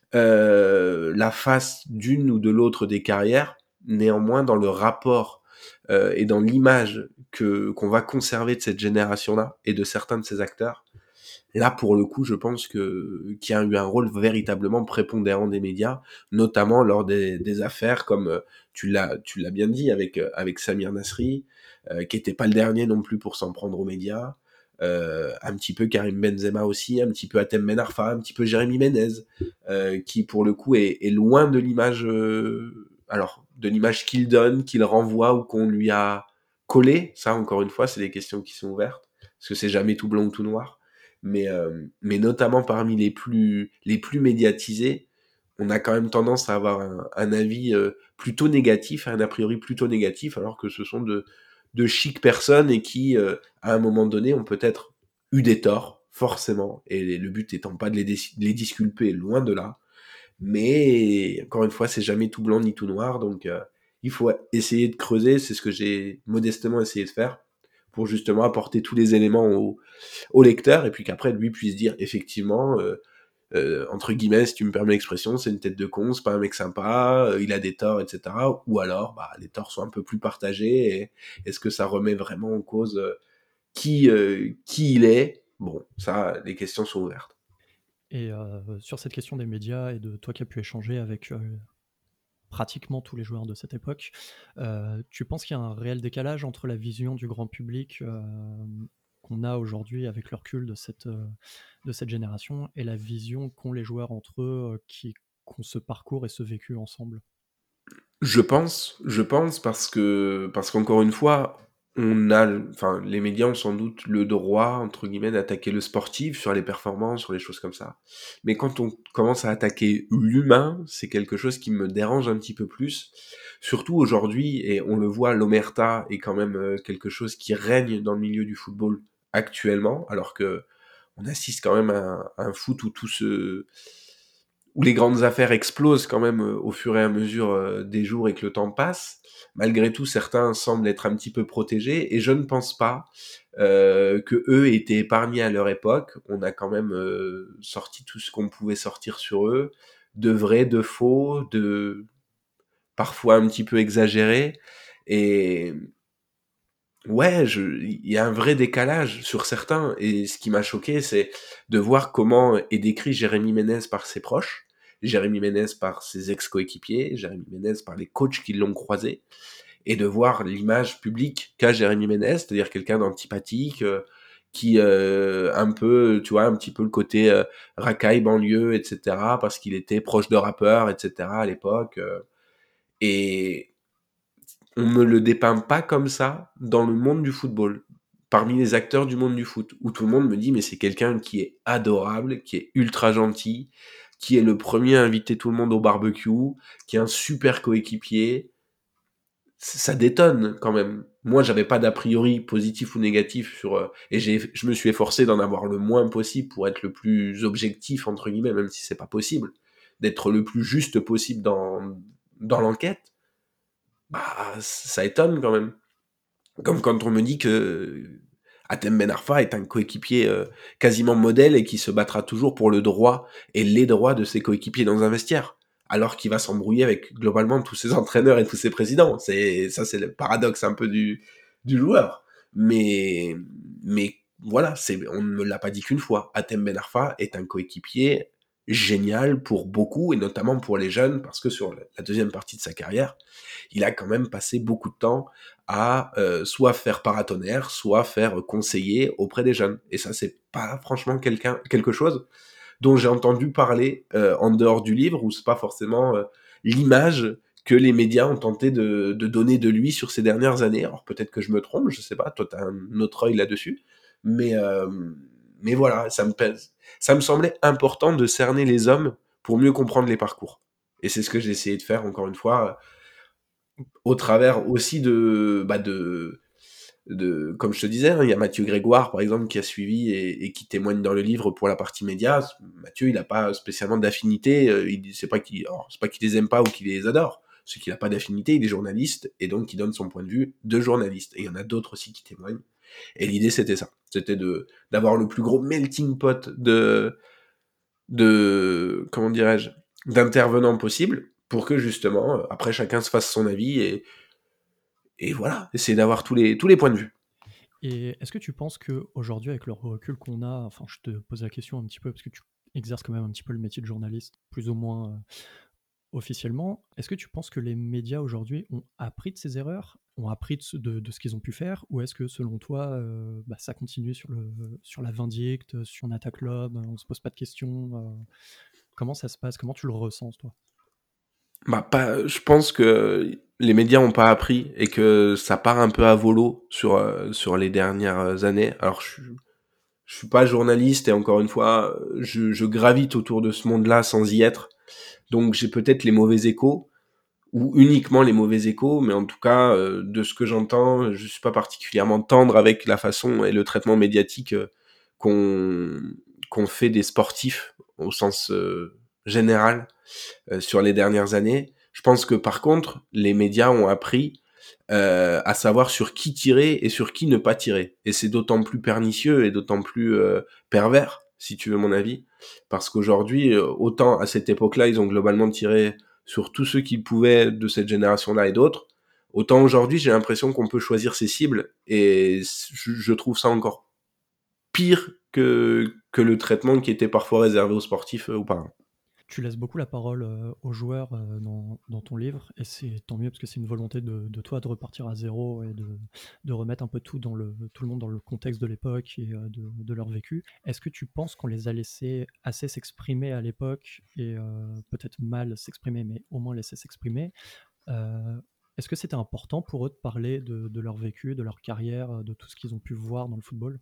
la face d'une ou de l'autre des carrières. Néanmoins, dans le rapport et dans l'image que qu'on va conserver de cette génération-là et de certains de ces acteurs, là, pour le coup, je pense que qu'il y a eu un rôle véritablement prépondérant des médias, notamment lors des affaires comme tu l'as bien dit avec Samir Nasri, qui était pas le dernier non plus pour s'en prendre aux médias. Un petit peu Karim Benzema aussi, un petit peu Hatem Ben Arfa, un petit peu Jérémy Ménez, qui pour le coup est loin de l'image, alors de l'image qu'il donne, qu'il renvoie ou qu'on lui a collé. Ça, encore une fois, c'est des questions qui sont ouvertes, parce que c'est jamais tout blanc ou tout noir. Mais notamment parmi les plus médiatisés, on a quand même tendance à avoir un avis plutôt négatif, un a priori plutôt négatif, alors que ce sont de chic personnes, et qui, à un moment donné, ont peut-être eu des torts, forcément, et le but étant pas de les disculper, loin de là. Mais encore une fois, c'est jamais tout blanc ni tout noir, donc il faut essayer de creuser, c'est ce que j'ai modestement essayé de faire, pour justement apporter tous les éléments au lecteur, et puis qu'après lui puisse dire effectivement, entre guillemets, si tu me permets l'expression, c'est une tête de con, c'est pas un mec sympa, il a des torts, etc. Ou alors, bah, les torts sont un peu plus partagés, et est-ce que ça remet vraiment en cause qui il est? Bon, ça, les questions sont ouvertes. Et sur cette question des médias et de toi qui as pu échanger avec pratiquement tous les joueurs de cette époque, tu penses qu'il y a un réel décalage entre la vision du grand public qu'on a aujourd'hui avec le recul de cette génération, et la vision qu'ont les joueurs entre eux qui ont ce parcours et ce vécu ensemble? Je pense parce qu'encore une fois, enfin, les médias ont sans doute le droit, entre guillemets, d'attaquer le sportif sur les performances, sur les choses comme ça. Mais quand on commence à attaquer l'humain, c'est quelque chose qui me dérange un petit peu plus. Surtout aujourd'hui, et on le voit, l'omerta est quand même quelque chose qui règne dans le milieu du football actuellement, alors que on assiste quand même à un foot où les grandes affaires explosent quand même au fur et à mesure des jours et que le temps passe. Malgré tout, certains semblent être un petit peu protégés, et je ne pense pas que eux aient été épargnés à leur époque. On a quand même sorti tout ce qu'on pouvait sortir sur eux, de vrai, de faux, de parfois un petit peu exagéré, et Ouais, il y a un vrai décalage sur certains et ce qui m'a choqué, c'est de voir comment est décrit Jérémy Ménez par ses proches, Jérémy Ménez par ses ex-coéquipiers, Jérémy Ménez par les coachs qui l'ont croisé et de voir l'image publique qu'a Jérémy Ménez, c'est-à-dire quelqu'un d'antipathique, qui un peu, tu vois, un petit peu le côté racaille banlieue, etc. Parce qu'il était proche de rappeurs, etc. à l'époque. Et on ne le dépeint pas comme ça dans le monde du football, parmi les acteurs du monde du foot, où tout le monde me dit mais c'est quelqu'un qui est adorable, qui est ultra gentil, qui est le premier à inviter tout le monde au barbecue, qui est un super coéquipier. Ça détonne quand même. Moi, j'avais pas d'a priori positif ou négatif sur et je me suis efforcé d'en avoir le moins possible pour être le plus objectif entre guillemets, même si c'est pas possible, d'être le plus juste possible dans l'enquête. Bah, ça étonne quand même. Comme quand on me dit que Hatem Ben Arfa est un coéquipier quasiment modèle et qui se battra toujours pour le droit et les droits de ses coéquipiers dans un vestiaire, alors qu'il va s'embrouiller avec globalement tous ses entraîneurs et tous ses présidents. C'est le paradoxe un peu du joueur. Mais mais voilà, on ne me l'a pas dit qu'une fois. Hatem Ben Arfa est un coéquipier génial pour beaucoup et notamment pour les jeunes parce que sur la deuxième partie de sa carrière, il a quand même passé beaucoup de temps à soit faire paratonnerre, soit faire conseiller auprès des jeunes. Et ça, c'est pas franchement quelque chose dont j'ai entendu parler en dehors du livre, ou c'est pas forcément l'image que les médias ont tenté de donner de lui sur ces dernières années. Alors peut-être que je me trompe, je sais pas, toi t'as un autre œil là-dessus, mais voilà, ça me semblait important de cerner les hommes pour mieux comprendre les parcours. Et c'est ce que j'ai essayé de faire encore une fois au travers aussi comme je te disais, hein, il y a Mathieu Grégoire, par exemple, qui a suivi et qui témoigne dans le livre pour la partie média. Mathieu, il n'a pas spécialement d'affinité. C'est pas qu'il les aime pas ou qu'il les adore. C'est qu'il n'a pas d'affinité. Il est journaliste et donc il donne son point de vue de journaliste. Et il y en a d'autres aussi qui témoignent. Et l'idée, c'était ça. C'était d'avoir le plus gros melting pot comment dirais-je, d'intervenants possible pour que justement, après, chacun se fasse son avis et voilà, essayer d'avoir tous les points de vue. Et est-ce que tu penses qu'aujourd'hui, avec le recul qu'on a, enfin, je te pose la question un petit peu parce que tu exerces quand même un petit peu le métier de journaliste, plus ou moins officiellement, est-ce que tu penses que les médias aujourd'hui ont appris de ces erreurs, ont appris de ce qu'ils ont pu faire, ou est-ce que selon toi, ça continue sur la vindicte, sur on attaque l'homme, on se pose pas de questions comment ça se passe? Comment tu le ressens, toi? Bah, pas, je pense que les médias ont pas appris et que ça part un peu à volo sur les dernières années. Alors, je suis pas journaliste et encore une fois, je gravite autour de ce monde-là sans y être. Donc, j'ai peut-être les mauvais échos ou uniquement les mauvais échos, mais en tout cas, de ce que j'entends, je suis pas particulièrement tendre avec la façon et le traitement médiatique qu'on qu'on fait des sportifs au sens général sur les dernières années. Je pense que par contre, les médias ont appris à savoir sur qui tirer et sur qui ne pas tirer. Et c'est d'autant plus pernicieux et d'autant plus pervers, si tu veux mon avis, parce qu'aujourd'hui, autant à cette époque-là, ils ont globalement tiré sur tous ceux qu'ils pouvaient de cette génération-là et d'autres, autant aujourd'hui, j'ai l'impression qu'on peut choisir ses cibles, et je trouve ça encore pire que le traitement qui était parfois réservé aux sportifs auparavant. Tu laisses beaucoup la parole aux joueurs dans ton livre, et c'est tant mieux parce que c'est une volonté de toi de repartir à zéro et de remettre un peu tout le monde dans le contexte de l'époque et de leur vécu. Est-ce que tu penses qu'on les a laissés assez s'exprimer à l'époque et peut-être mal s'exprimer, mais au moins laisser s'exprimer? Euh, Est-ce que c'était important pour eux de parler de leur vécu, de leur carrière, de tout ce qu'ils ont pu voir dans le football?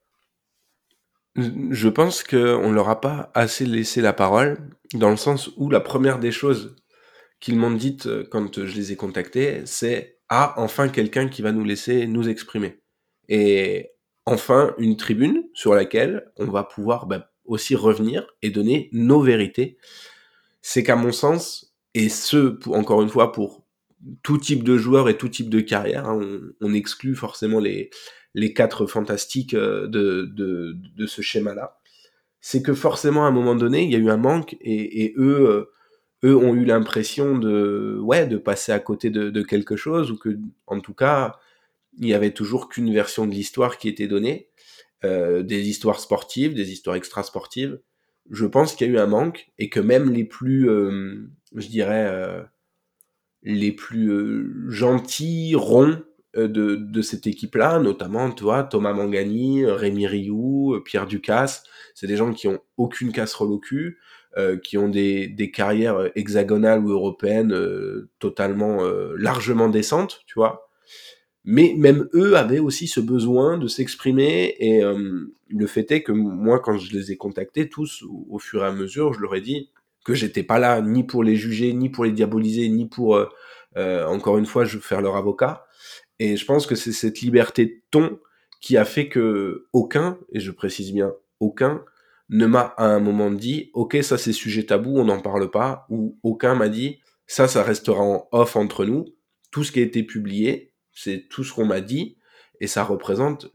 Je pense qu'on leur a pas assez laissé la parole, dans le sens où la première des choses qu'ils m'ont dites quand je les ai contactés, c'est ah, enfin quelqu'un qui va nous laisser nous exprimer. Et enfin une tribune sur laquelle on va pouvoir aussi revenir et donner nos vérités. C'est qu'à mon sens, et encore une fois pour tout type de joueur et tout type de carrière, hein, on exclut forcément les quatre fantastiques de ce schéma-là, c'est que forcément à un moment donné, il y a eu un manque et eux ont eu l'impression de passer à côté de quelque chose ou que en tout cas il y avait toujours qu'une version de l'histoire qui était donnée, des histoires sportives, des histoires extrasportives. Je pense qu'il y a eu un manque et que même les plus, je dirais, les plus gentils, ronds de cette équipe-là, notamment, tu vois, Thomas Mangani, Rémi Rioux, Pierre Ducasse, c'est des gens qui ont aucune casserole au cul, qui ont des carrières hexagonales ou européennes totalement, largement décentes, tu vois. Mais même eux avaient aussi ce besoin de s'exprimer et le fait est que moi, quand je les ai contactés tous, au fur et à mesure, je leur ai dit que j'étais pas là ni pour les juger, ni pour les diaboliser, ni pour, encore une fois, faire leur avocat. Et je pense que c'est cette liberté de ton qui a fait que aucun, et je précise bien aucun, ne m'a à un moment dit ok, ça c'est sujet tabou, on n'en parle pas, ou aucun m'a dit ça restera en off entre nous. Tout ce qui a été publié, c'est tout ce qu'on m'a dit, et ça représente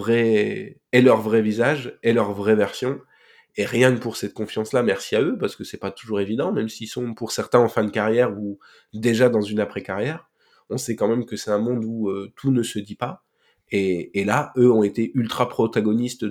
leur vrai visage et leur vraie version. Et rien que pour cette confiance-là, merci à eux, parce que c'est pas toujours évident, même s'ils sont pour certains en fin de carrière ou déjà dans une après-carrière. On sait quand même que c'est un monde où tout ne se dit pas. Et là, eux ont été ultra protagonistes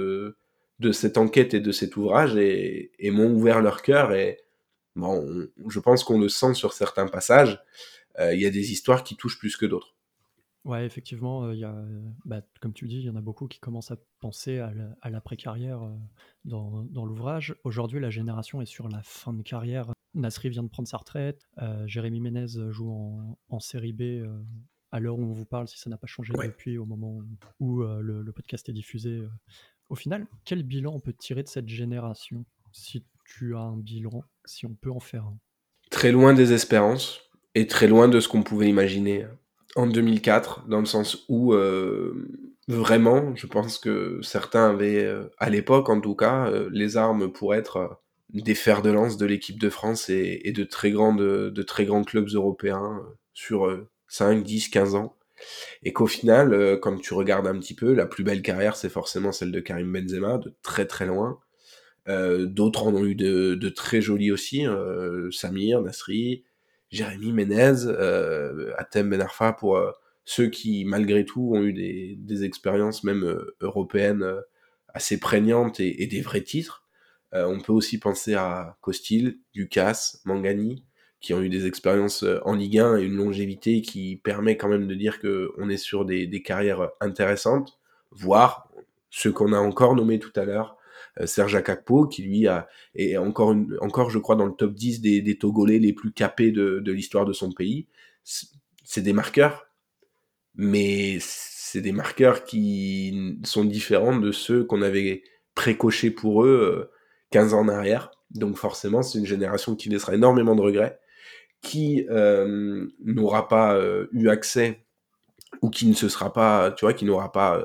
de cette enquête et de cet ouvrage et m'ont ouvert leur cœur. Et bon, je pense qu'on le sent sur certains passages. Il y a des histoires qui touchent plus que d'autres. Ouais, effectivement, il y a, comme tu le dis, il y en a beaucoup qui commencent à penser à l'après-carrière dans l'ouvrage. Aujourd'hui, la génération est sur la fin de carrière. Nasri vient de prendre sa retraite. Jérémy Ménez joue en série B à l'heure où on vous parle, si ça n'a pas changé Ouais. depuis au moment où le podcast est diffusé. Au final, quel bilan on peut tirer de cette génération? Si tu as un bilan, si on peut en faire un. Très loin des espérances et très loin de ce qu'on pouvait imaginer en 2004, dans le sens où vraiment, je pense que certains avaient, à l'époque en tout cas, les armes pour être des fers de lance de l'équipe de France et de très grands clubs européens sur 5, 10, 15 ans. Et qu'au final, quand tu regardes un petit peu, la plus belle carrière, c'est forcément celle de Karim Benzema, de très très loin. D'autres en ont eu de très jolis aussi, Samir, Nasri, Jérémy Ménez, Hatem Ben Arfa, pour ceux qui, malgré tout, ont eu des expériences même européennes assez prégnantes et des vrais titres. On peut aussi penser à Costil, Ducasse, Mangani, qui ont eu des expériences en Ligue 1 et une longévité qui permet quand même de dire qu'on est sur des carrières intéressantes, voire ceux qu'on a encore nommés tout à l'heure, Serge Akakpo, qui lui est encore, je crois, dans le top 10 des Togolais les plus capés de l'histoire de son pays. C'est des marqueurs, mais c'est des marqueurs qui sont différents de ceux qu'on avait précochés pour eux 15 ans en arrière. Donc forcément, c'est une génération qui laissera énormément de regrets, qui n'aura pas eu accès ou qui ne se sera pas, tu vois, qui n'aura pas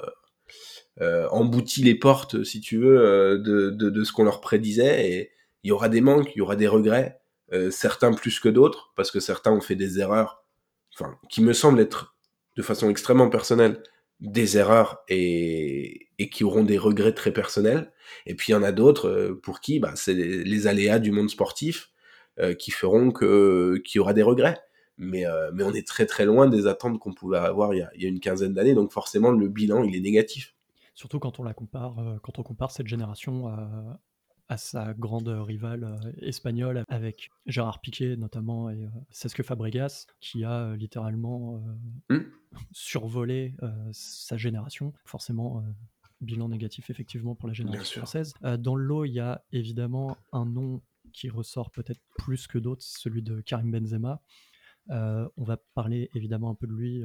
embouti les portes, si tu veux, de ce qu'on leur prédisait. Et il y aura des manques, il y aura des regrets, certains plus que d'autres, parce que certains ont fait des erreurs, enfin, qui me semblent être, de façon extrêmement personnelle, des erreurs et qui auront des regrets très personnels. Et puis il y en a d'autres pour qui c'est les aléas du monde sportif qui feront qu'il y aura des regrets. Mais on est très très loin des attentes qu'on pouvait avoir il y a une quinzaine d'années, donc forcément le bilan il est négatif. Surtout quand quand on compare cette génération à sa grande rivale espagnole avec Gérard Piqué notamment et Cesc Fabregas qui a littéralement Hmm. survolé sa génération. Forcément, bilan négatif effectivement pour la Bien génération sûr. française. Dans le lot, il y a évidemment un nom qui ressort peut-être plus que d'autres, celui de Karim Benzema. On va parler évidemment un peu de lui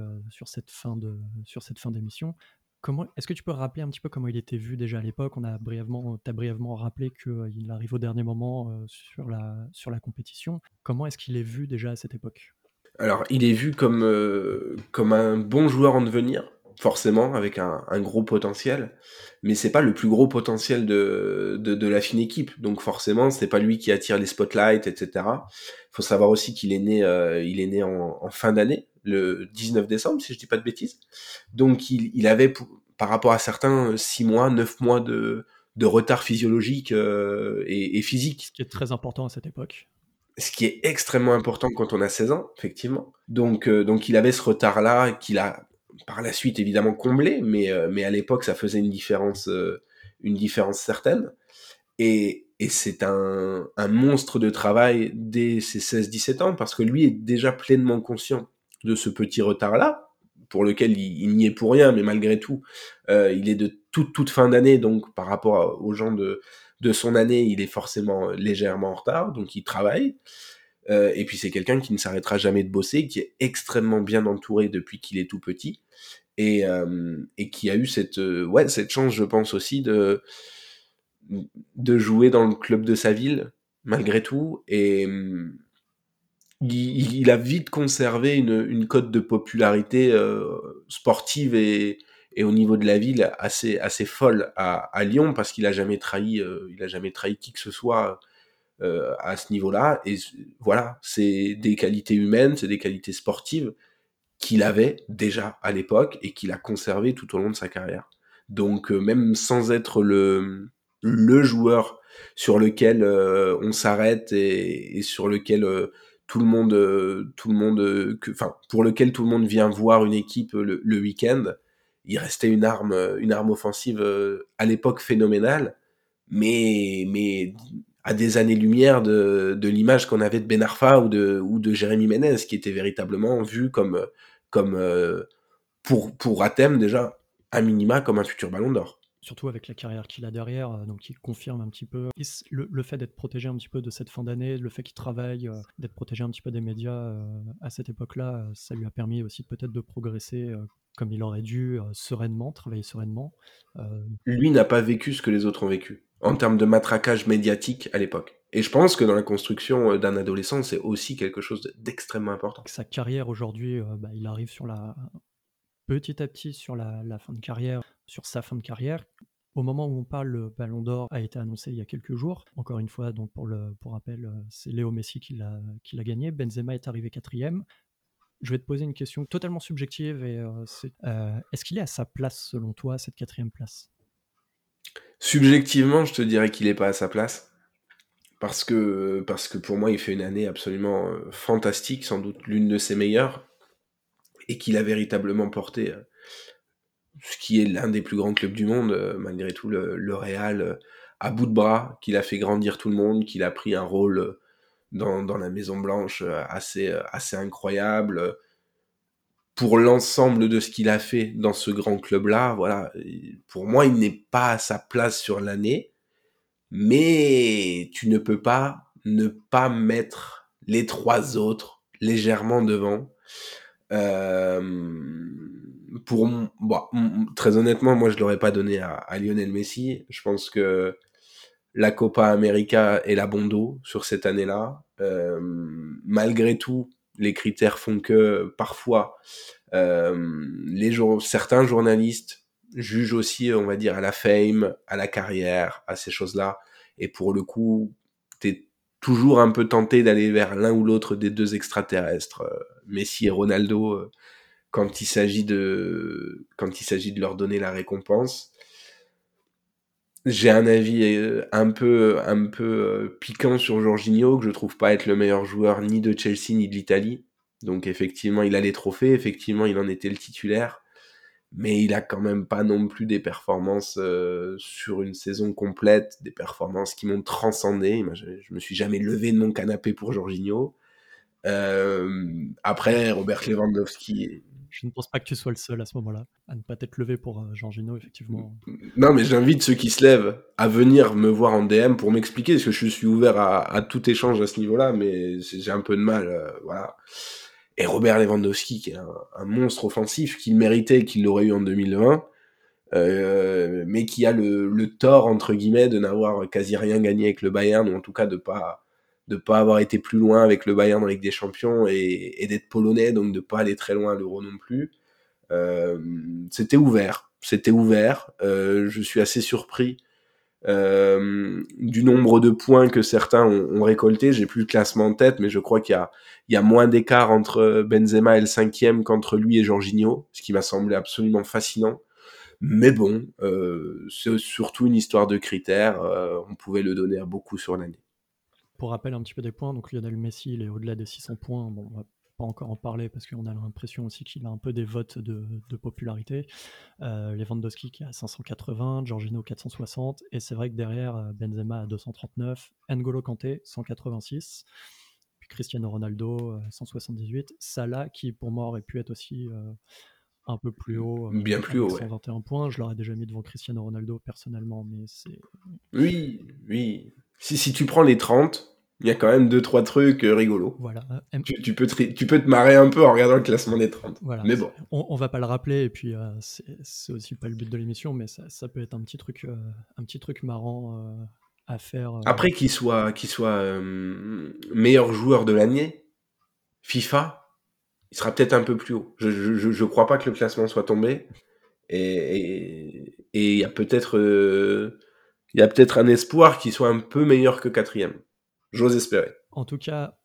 sur cette fin d'émission. Est-ce que tu peux rappeler un petit peu comment il était vu déjà à l'époque? T'as brièvement rappelé qu'il arrive au dernier moment sur la compétition. Comment est-ce qu'il est vu déjà à cette époque? Alors, il est vu comme un bon joueur en devenir, forcément, avec un gros potentiel, mais c'est pas le plus gros potentiel de la fine équipe. Donc forcément, c'est pas lui qui attire les spotlights, etc. Faut savoir aussi il est né en fin d'année, le 19 décembre, si je dis pas de bêtises. Donc il avait, par rapport à certains, 6 mois, 9 mois de retard physiologique et physique. Ce qui est très important à cette époque. Ce qui est extrêmement important quand on a 16 ans, effectivement. Donc il avait ce retard-là qu'il a par la suite évidemment comblé, mais à l'époque ça faisait une différence certaine. Et c'est un monstre de travail dès ses 16-17 ans, parce que lui est déjà pleinement conscient de ce petit retard-là, pour lequel il n'y est pour rien, mais malgré tout, il est de toute fin d'année, donc par rapport aux gens de son année, il est forcément légèrement en retard, donc il travaille. Et puis c'est quelqu'un qui ne s'arrêtera jamais de bosser, qui est extrêmement bien entouré depuis qu'il est tout petit, et qui a eu cette chance, je pense aussi, de jouer dans le club de sa ville, malgré tout, et il a vite conservé une cote de popularité sportive et au niveau de la ville assez folle à Lyon, parce qu'il a jamais trahi qui que ce soit à ce niveau-là. Et voilà, c'est des qualités humaines, c'est des qualités sportives qu'il avait déjà à l'époque et qu'il a conservé tout au long de sa carrière. Donc même sans être le joueur sur lequel on s'arrête et sur lequel pour lequel tout le monde vient voir une équipe le week-end, il restait une arme offensive à l'époque phénoménale, mais à des années-lumière de l'image qu'on avait de Ben Arfa ou de Jérémy Ménez, qui était véritablement vu comme pour Athènes déjà, à minima, comme un futur ballon d'or. Surtout avec la carrière qu'il a derrière, donc il confirme un petit peu. Le fait d'être protégé un petit peu de cette fin d'année, le fait qu'il travaille, d'être protégé un petit peu des médias à cette époque-là, ça lui a permis aussi peut-être de progresser comme il aurait dû, sereinement, travailler sereinement. Lui n'a pas vécu ce que les autres ont vécu, en termes de matraquage médiatique à l'époque. Et je pense que dans la construction d'un adolescent, c'est aussi quelque chose d'extrêmement important. Sa carrière aujourd'hui, il arrive petit à petit sur la fin de carrière, sur sa fin de carrière. Au moment où on parle, le Ballon d'Or a été annoncé il y a quelques jours. Encore une fois, donc pour rappel, c'est Léo Messi qui l'a gagné. Benzema est arrivé quatrième. Je vais te poser une question totalement subjective est-ce qu'il est à sa place selon toi, cette quatrième place? Subjectivement, je te dirais qu'il n'est pas à sa place. Parce que pour moi, il fait une année absolument fantastique, sans doute l'une de ses meilleures, et qu'il a véritablement porté ce qui est l'un des plus grands clubs du monde, malgré tout, le Real, à bout de bras, qu'il a fait grandir tout le monde, qu'il a pris un rôle dans la Maison Blanche assez incroyable. Pour l'ensemble de ce qu'il a fait dans ce grand club-là, voilà, pour moi, il n'est pas à sa place sur l'année, mais tu ne peux pas ne pas mettre les trois autres légèrement devant. Euh, Très honnêtement, moi je l'aurais pas donné à Lionel Messi. Je pense que la Copa América est la bon dos sur cette année-là. Malgré tout, les critères font que parfois certains journalistes jugent aussi, on va dire, à la fame, à la carrière, à ces choses-là. Et pour le coup, t'es toujours un peu tenté d'aller vers l'un ou l'autre des deux extraterrestres, Messi et Ronaldo, quand il s'agit de leur donner la récompense. J'ai un avis un peu piquant sur Jorginho, que je trouve pas être le meilleur joueur ni de Chelsea ni de l'Italie. Donc effectivement, il a les trophées, effectivement, il en était le titulaire, mais il a quand même pas non plus des performances sur une saison complète, des performances qui m'ont transcendé. Moi, je me suis jamais levé de mon canapé pour Jorginho. Après, Robert Lewandowski. Je ne pense pas que tu sois le seul à ce moment-là à ne pas t'être levé pour Jorginho, effectivement. Non, mais j'invite ceux qui se lèvent à venir me voir en DM pour m'expliquer, parce que je suis ouvert à tout échange à ce niveau-là, mais j'ai un peu de mal, voilà. Et Robert Lewandowski, qui est un monstre offensif, qu'il méritait, qu'il l'aurait eu en 2020, mais qui a le tort, entre guillemets, de n'avoir quasi rien gagné avec le Bayern, ou en tout cas de pas avoir été plus loin avec le Bayern dans la Ligue des Champions, et d'être polonais, donc de pas aller très loin à l'Euro non plus. Euh, C'était ouvert. C'était ouvert. Je suis assez surpris du nombre de points que certains ont récolté. J'ai plus le classement en tête, mais je crois il y a moins d'écart entre Benzema et le cinquième qu'entre lui et Jorginho, ce qui m'a semblé absolument fascinant. Mais bon, c'est surtout une histoire de critères. On pouvait le donner à beaucoup sur l'année. Pour rappel un petit peu des points, donc Lionel Messi, il est au-delà des 600 points. Bon, pas encore en parler parce qu'on a l'impression aussi qu'il a un peu des votes de popularité. Lewandowski qui a 580, Jorginho 460, et c'est vrai que derrière, Benzema à 239, N'Golo Kanté 186, puis Cristiano Ronaldo 178, Salah qui pour moi aurait pu être aussi un peu plus haut Bien plus avec haut, ouais. 121 points. Je l'aurais déjà mis devant Cristiano Ronaldo personnellement, mais c'est Oui, oui. Si tu prends les 30, il y a quand même deux trois trucs rigolos. voilà. Tu peux te marrer un peu en regardant le classement des 30. Voilà, Mais bon. on va pas le rappeler, et puis c'est aussi pas le but de l'émission, mais ça peut être un petit truc marrant à faire. Après, qu'il soit meilleur joueur de l'année, FIFA, il sera peut-être un peu plus haut. Je crois pas que le classement soit tombé. Et il y a peut-être un espoir qu'il soit un peu meilleur que quatrième. J'ose espérer. En tout cas,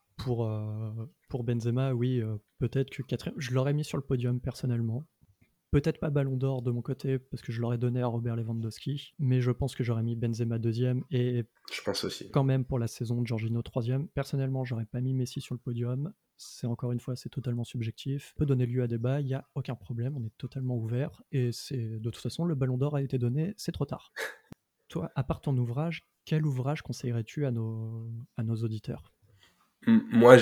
pour Benzema, oui, peut-être que quatrième. Je l'aurais mis sur le podium personnellement. Peut-être pas Ballon d'Or de mon côté, parce que je l'aurais donné à Robert Lewandowski, mais je pense que j'aurais mis Benzema deuxième, et Je pense aussi. quand même pour la saison de Jorginho troisième. Personnellement, j'aurais pas mis Messi sur le podium. C'est encore une fois, c'est totalement subjectif. Peut donner lieu à débat, il n'y a aucun problème, on est totalement ouvert. Et c'est de toute façon, le Ballon d'Or a été donné, c'est trop tard. Toi, à part ton ouvrage, quel ouvrage conseillerais-tu à nos auditeurs? Moi,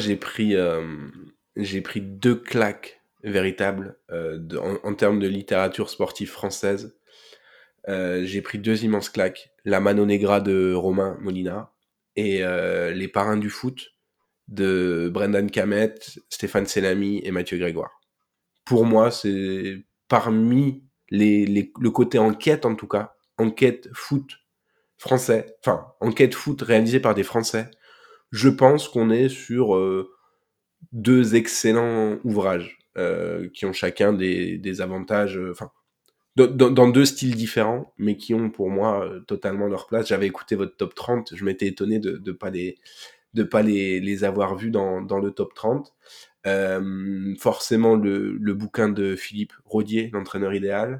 j'ai pris deux claques véritables en termes de littérature sportive française. J'ai pris deux immenses claques. La Mano Negra de Romain Molina et Les Parrains du foot de Brendan Camet, Stéphane Selamy et Mathieu Grégoire. Pour moi, c'est parmi le côté enquête, en tout cas, enquête foot français, enfin, enquête foot réalisée par des Français, je pense qu'on est sur deux excellents ouvrages qui ont chacun des avantages, enfin, dans deux styles différents, mais qui ont pour moi totalement leur place. J'avais écouté votre top 30, je m'étais étonné de pas les avoir vus dans le top 30. Forcément le bouquin de Philippe Rodier, l'entraîneur idéal.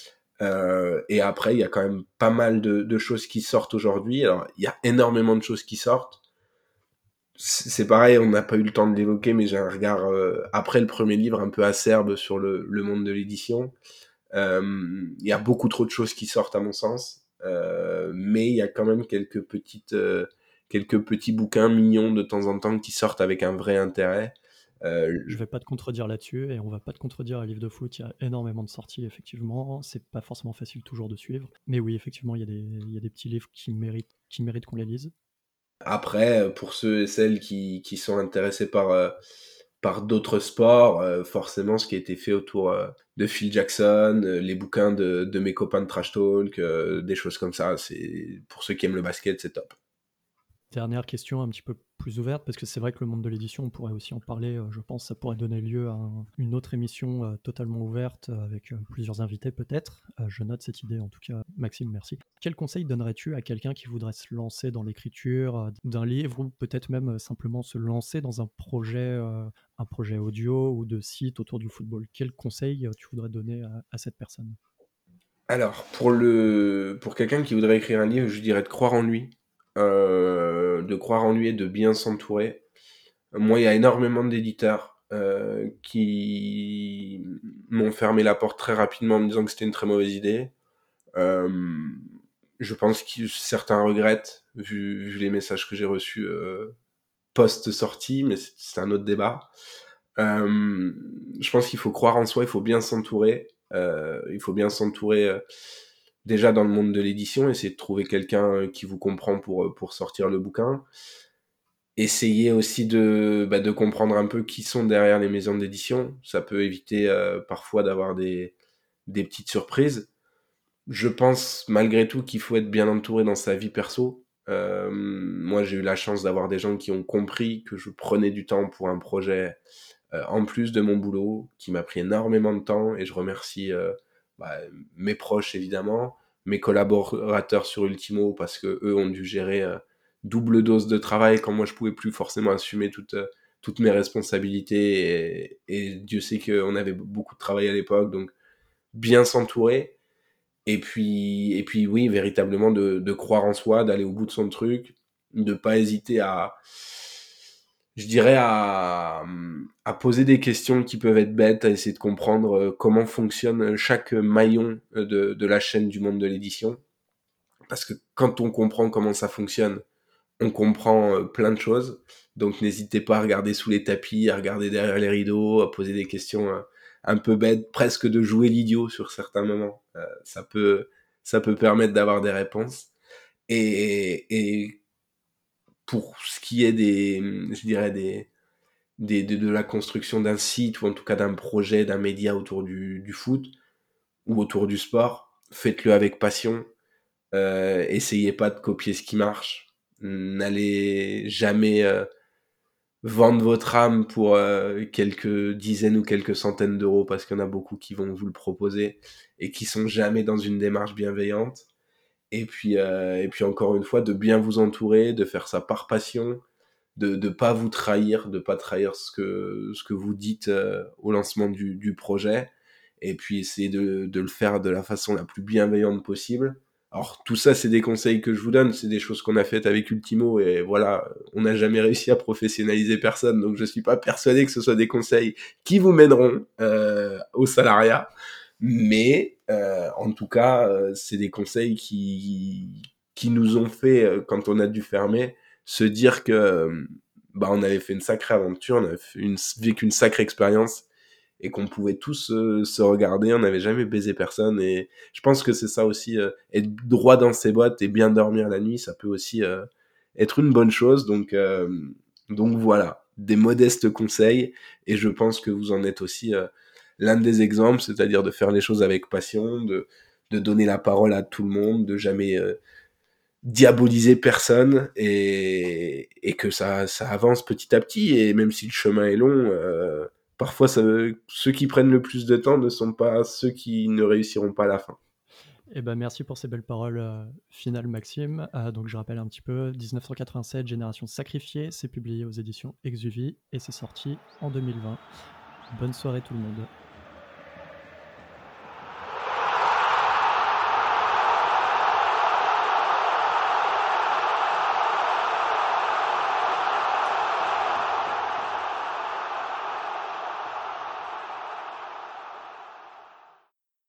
Et après, il y a quand même pas mal de choses qui sortent aujourd'hui. Alors, il y a énormément de choses qui sortent. C'est pareil, on n'a pas eu le temps de l'évoquer, mais j'ai un regard, après le premier livre, un peu acerbe sur le monde de l'édition. Il y a beaucoup trop de choses qui sortent à mon sens, mais il y a quand même quelques petits bouquins mignons de temps en temps qui sortent avec un vrai intérêt. Je vais pas te contredire là-dessus, et on va pas te contredire à Livre de Foot. Il y a énormément de sorties, effectivement. C'est pas forcément facile toujours de suivre. Mais oui, effectivement, il y a des petits livres qui méritent qu'on les lise. Après, pour ceux et celles qui sont intéressés par d'autres sports, forcément, ce qui a été fait autour de Phil Jackson, les bouquins de mes copains de Trash Talk, des choses comme ça, c'est pour ceux qui aiment le basket, c'est top. Dernière question un petit peu plus ouverte, parce que c'est vrai que le monde de l'édition, on pourrait aussi en parler, je pense, ça pourrait donner lieu à une autre émission totalement ouverte avec plusieurs invités peut-être. Je note cette idée en tout cas. Maxime, merci. Quel conseil donnerais-tu à quelqu'un qui voudrait se lancer dans l'écriture d'un livre, ou peut-être même simplement se lancer dans un projet audio ou de site autour du football? Quel conseil tu voudrais donner à cette personne? Alors, pour quelqu'un qui voudrait écrire un livre, je dirais de croire en lui, de croire en lui et de bien s'entourer. Moi, il y a énormément d'éditeurs qui m'ont fermé la porte très rapidement en me disant que c'était une très mauvaise idée. Euh, je pense que certains regrettent, vu les messages que j'ai reçus post-sortie, mais c'est un autre débat. Je pense qu'il faut croire en soi, il faut bien s'entourer. Il faut bien s'entourer déjà dans le monde de l'édition, essayer de trouver quelqu'un qui vous comprend pour sortir le bouquin. Essayer aussi de comprendre un peu qui sont derrière les maisons d'édition. Ça peut éviter parfois d'avoir des petites surprises. Je pense malgré tout qu'il faut être bien entouré dans sa vie perso. Moi, j'ai eu la chance d'avoir des gens qui ont compris que je prenais du temps pour un projet en plus de mon boulot, qui m'a pris énormément de temps, et je remercie mes proches évidemment, mes collaborateurs sur Ultimo, parce que eux ont dû gérer double dose de travail quand moi je pouvais plus forcément assumer toutes mes responsabilités, et Dieu sait qu'on avait beaucoup de travail à l'époque, donc bien s'entourer. Et puis oui, véritablement de croire en soi, d'aller au bout de son truc, de pas hésiter Je dirais à poser des questions qui peuvent être bêtes, à essayer de comprendre comment fonctionne chaque maillon de la chaîne du monde de l'édition. Parce que quand on comprend comment ça fonctionne, on comprend plein de choses. Donc n'hésitez pas à regarder sous les tapis, à regarder derrière les rideaux, à poser des questions un peu bêtes, presque de jouer l'idiot sur certains moments. Ça peut permettre d'avoir des réponses. Et pour ce qui est je dirais de la construction d'un site ou en tout cas d'un projet, d'un média autour du foot ou autour du sport, faites-le avec passion. Essayez pas de copier ce qui marche. N'allez jamais vendre votre âme pour quelques dizaines ou quelques centaines d'euros parce qu'il y en a beaucoup qui vont vous le proposer et qui sont jamais dans une démarche bienveillante. Et puis encore une fois, de bien vous entourer, de faire ça par passion, de pas vous trahir, de pas trahir ce que vous dites au lancement du projet, et puis essayer de le faire de la façon la plus bienveillante possible. Alors tout ça, c'est des conseils que je vous donne, c'est des choses qu'on a faites avec Ultimo, et voilà, on n'a jamais réussi à professionnaliser personne, donc je suis pas persuadé que ce soit des conseils qui vous mèneront au salariat, mais en tout cas, c'est des conseils qui nous ont fait, quand on a dû fermer, se dire que bah, on avait fait une sacrée aventure, on avait vécu une sacrée expérience et qu'on pouvait tous se regarder, on n'avait jamais baisé personne, et je pense que c'est ça aussi, être droit dans ses bottes et bien dormir la nuit, ça peut aussi être une bonne chose, donc voilà, des modestes conseils, et je pense que vous en êtes aussi l'un des exemples, c'est-à-dire de faire les choses avec passion, de donner la parole à tout le monde, de jamais diaboliser personne, et que ça avance petit à petit, et même si le chemin est long, parfois ceux qui prennent le plus de temps ne sont pas ceux qui ne réussiront pas à la fin. Eh ben, merci pour ces belles paroles finales, Maxime. Donc, je rappelle un petit peu, 1987, Génération sacrifiée, c'est publié aux éditions Exuvie et c'est sorti en 2020. Bonne soirée tout le monde.